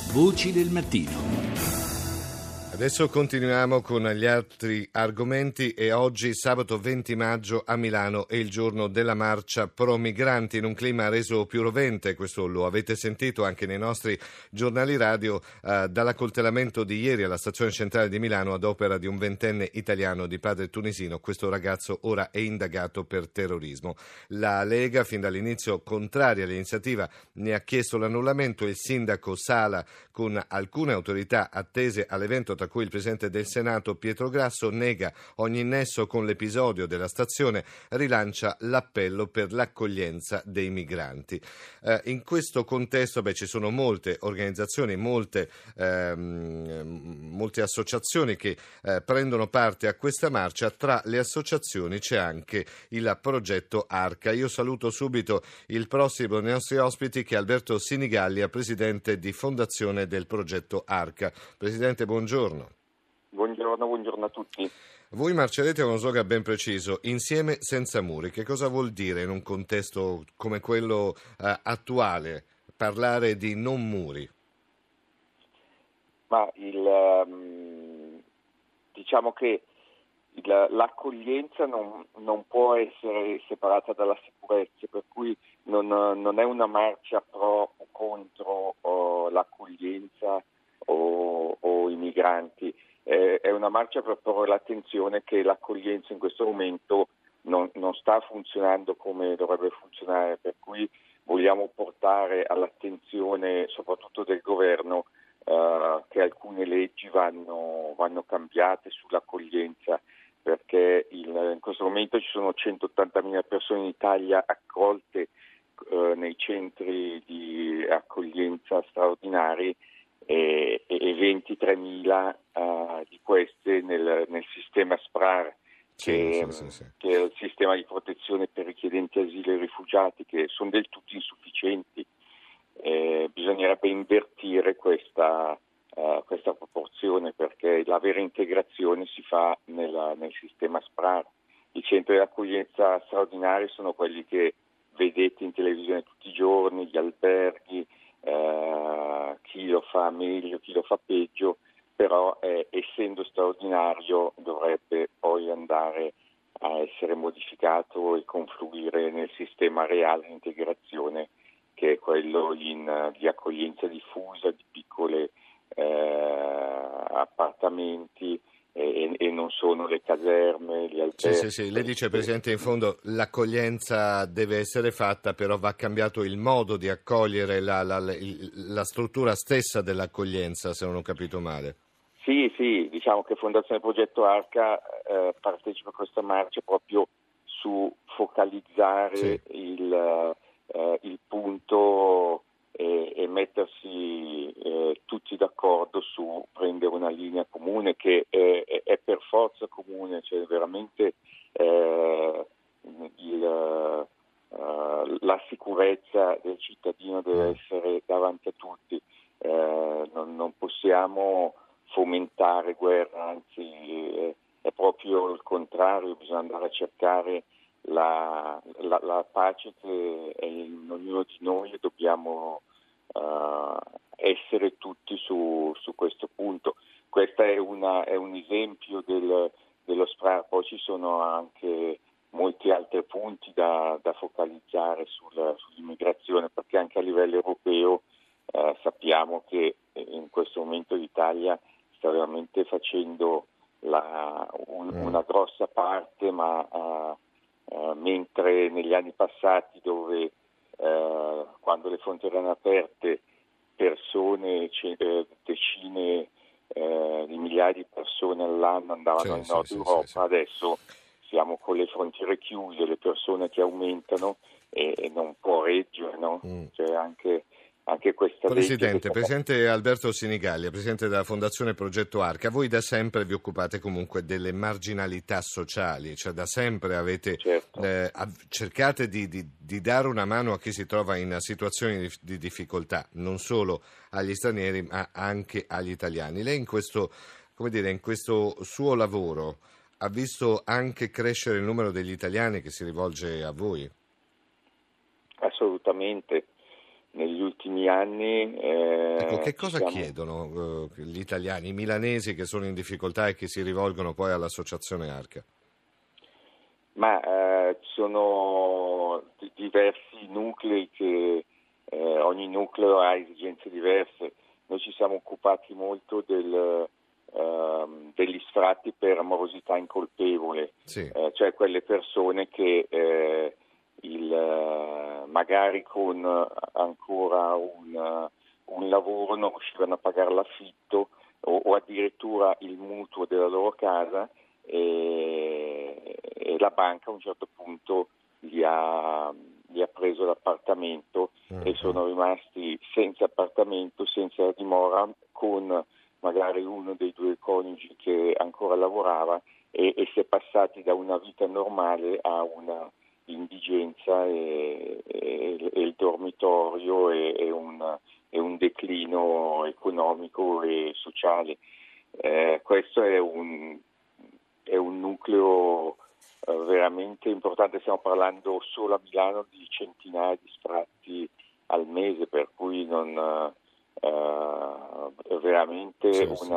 Voci del mattino. Adesso continuiamo con gli altri argomenti e oggi, sabato 20 maggio, a Milano è il giorno della marcia pro migranti in un clima reso più rovente, questo lo avete sentito anche nei nostri giornali radio, dall'accoltellamento di ieri alla stazione centrale di Milano ad opera di un ventenne italiano di padre tunisino. Questo ragazzo ora è indagato per terrorismo. La Lega, fin dall'inizio contraria all'iniziativa, ne ha chiesto l'annullamento. Il sindaco Sala, con alcune autorità attese all'evento, tra cui il Presidente del Senato Pietro Grasso, nega ogni nesso con l'episodio della stazione, rilancia l'appello per l'accoglienza dei migranti. In questo contesto ci sono molte organizzazioni, molte associazioni che prendono parte a questa marcia. Tra le associazioni c'è anche il progetto Arca. Io saluto subito il prossimo dei nostri ospiti, che è Alberto Sinigallia, Presidente di Fondazione del progetto Arca. Presidente, buongiorno. Buongiorno a tutti. Voi marcerete con uno slogan ben preciso: insieme senza muri. Che cosa vuol dire in un contesto come quello attuale parlare di non muri? Ma diciamo che l'accoglienza non può essere separata dalla sicurezza, per cui non è una marcia pro o contro l'accoglienza o i migranti. È una marcia per porre l'attenzione che l'accoglienza in questo momento non sta funzionando come dovrebbe funzionare, per cui vogliamo portare all'attenzione soprattutto del governo che alcune leggi vanno cambiate sull'accoglienza, perché in questo momento ci sono 180.000 persone in Italia accolte nei centri di accoglienza straordinari e 23.000 di queste nel sistema SPRAR, che è il sistema di protezione per richiedenti asilo e rifugiati, che sono del tutto insufficienti. Bisognerebbe invertire questa proporzione, perché la vera integrazione si fa nel sistema SPRAR. I centri di accoglienza straordinari sono quelli che vedete in televisione tutti i giorni, gli alberghi, chi lo fa meglio, chi lo fa peggio, però essendo straordinario dovrebbe poi andare a essere modificato e confluire nel sistema reale di integrazione, che è quello di accoglienza diffusa, di piccole appartamenti, e non sono le caserme, gli alberghi. Sì. Lei dice, Presidente, in fondo l'accoglienza deve essere fatta, però va cambiato il modo di accogliere, la struttura stessa dell'accoglienza, se non ho capito male. Sì, diciamo che Fondazione Progetto Arca partecipa a questa marcia proprio su focalizzare il punto e mettersi tutti d'accordo su prendere una linea comune, che è per forza comune, cioè veramente la sicurezza del cittadino deve essere davanti a tutti. Non possiamo fomentare guerra, anzi è proprio il contrario, bisogna andare a cercare la pace che è in ognuno di noi, e dobbiamo essere tutti su questo punto. Questo è un esempio dello SPRAR. Poi ci sono anche molti altri punti da focalizzare sull'immigrazione, perché anche a livello europeo sappiamo che in questo momento l'Italia sta veramente facendo una grossa parte, ma mentre negli anni passati, dove quando le frontiere erano aperte, persone, decine di migliaia di persone all'anno andavano al nord Europa. Adesso siamo con le frontiere chiuse, le persone che aumentano e non può reggere, no? Cioè anche questa Presidente Alberto Sinigallia, Presidente della Fondazione Progetto Arca, voi da sempre vi occupate comunque delle marginalità sociali, cioè da sempre avete cercate di dare una mano a chi si trova in situazioni di difficoltà, non solo agli stranieri ma anche agli italiani. Lei in questo suo lavoro ha visto anche crescere il numero degli italiani che si rivolge a voi? Assolutamente. negli ultimi anni. Ecco, che cosa chiedono gli italiani, i milanesi che sono in difficoltà e che si rivolgono poi all'Associazione Arca? Ma ci sono diversi nuclei che ogni nucleo ha esigenze diverse. Noi ci siamo occupati molto degli sfratti per morosità incolpevole, sì. Cioè quelle persone che magari con ancora un lavoro non riuscivano a pagare l'affitto o addirittura il mutuo della loro casa, e la banca a un certo punto gli ha preso l'appartamento e sono rimasti senza appartamento, senza dimora, con magari uno dei due coniugi che ancora lavorava, e si è passati da una vita normale a una indigenza e il dormitorio e un declino economico e sociale. Questo è un nucleo veramente importante. Stiamo parlando solo a Milano di centinaia di sfratti al mese, per cui è veramente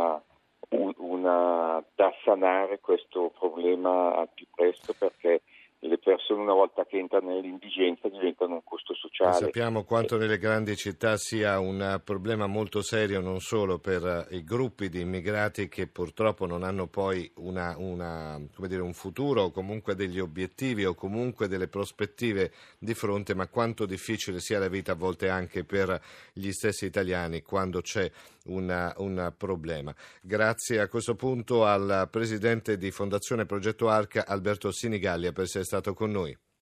una da sanare questo problema al più presto, perché le persone, una volta che entrano nell'indigenza, diventano un costo sociale. Sappiamo quanto nelle grandi città sia un problema molto serio, non solo per i gruppi di immigrati che purtroppo non hanno poi un futuro, o comunque degli obiettivi o comunque delle prospettive di fronte, ma quanto difficile sia la vita a volte anche per gli stessi italiani quando c'è un problema. Grazie a questo punto al presidente di Fondazione Progetto Arca, Alberto Sinigallia, per essere stato con noi.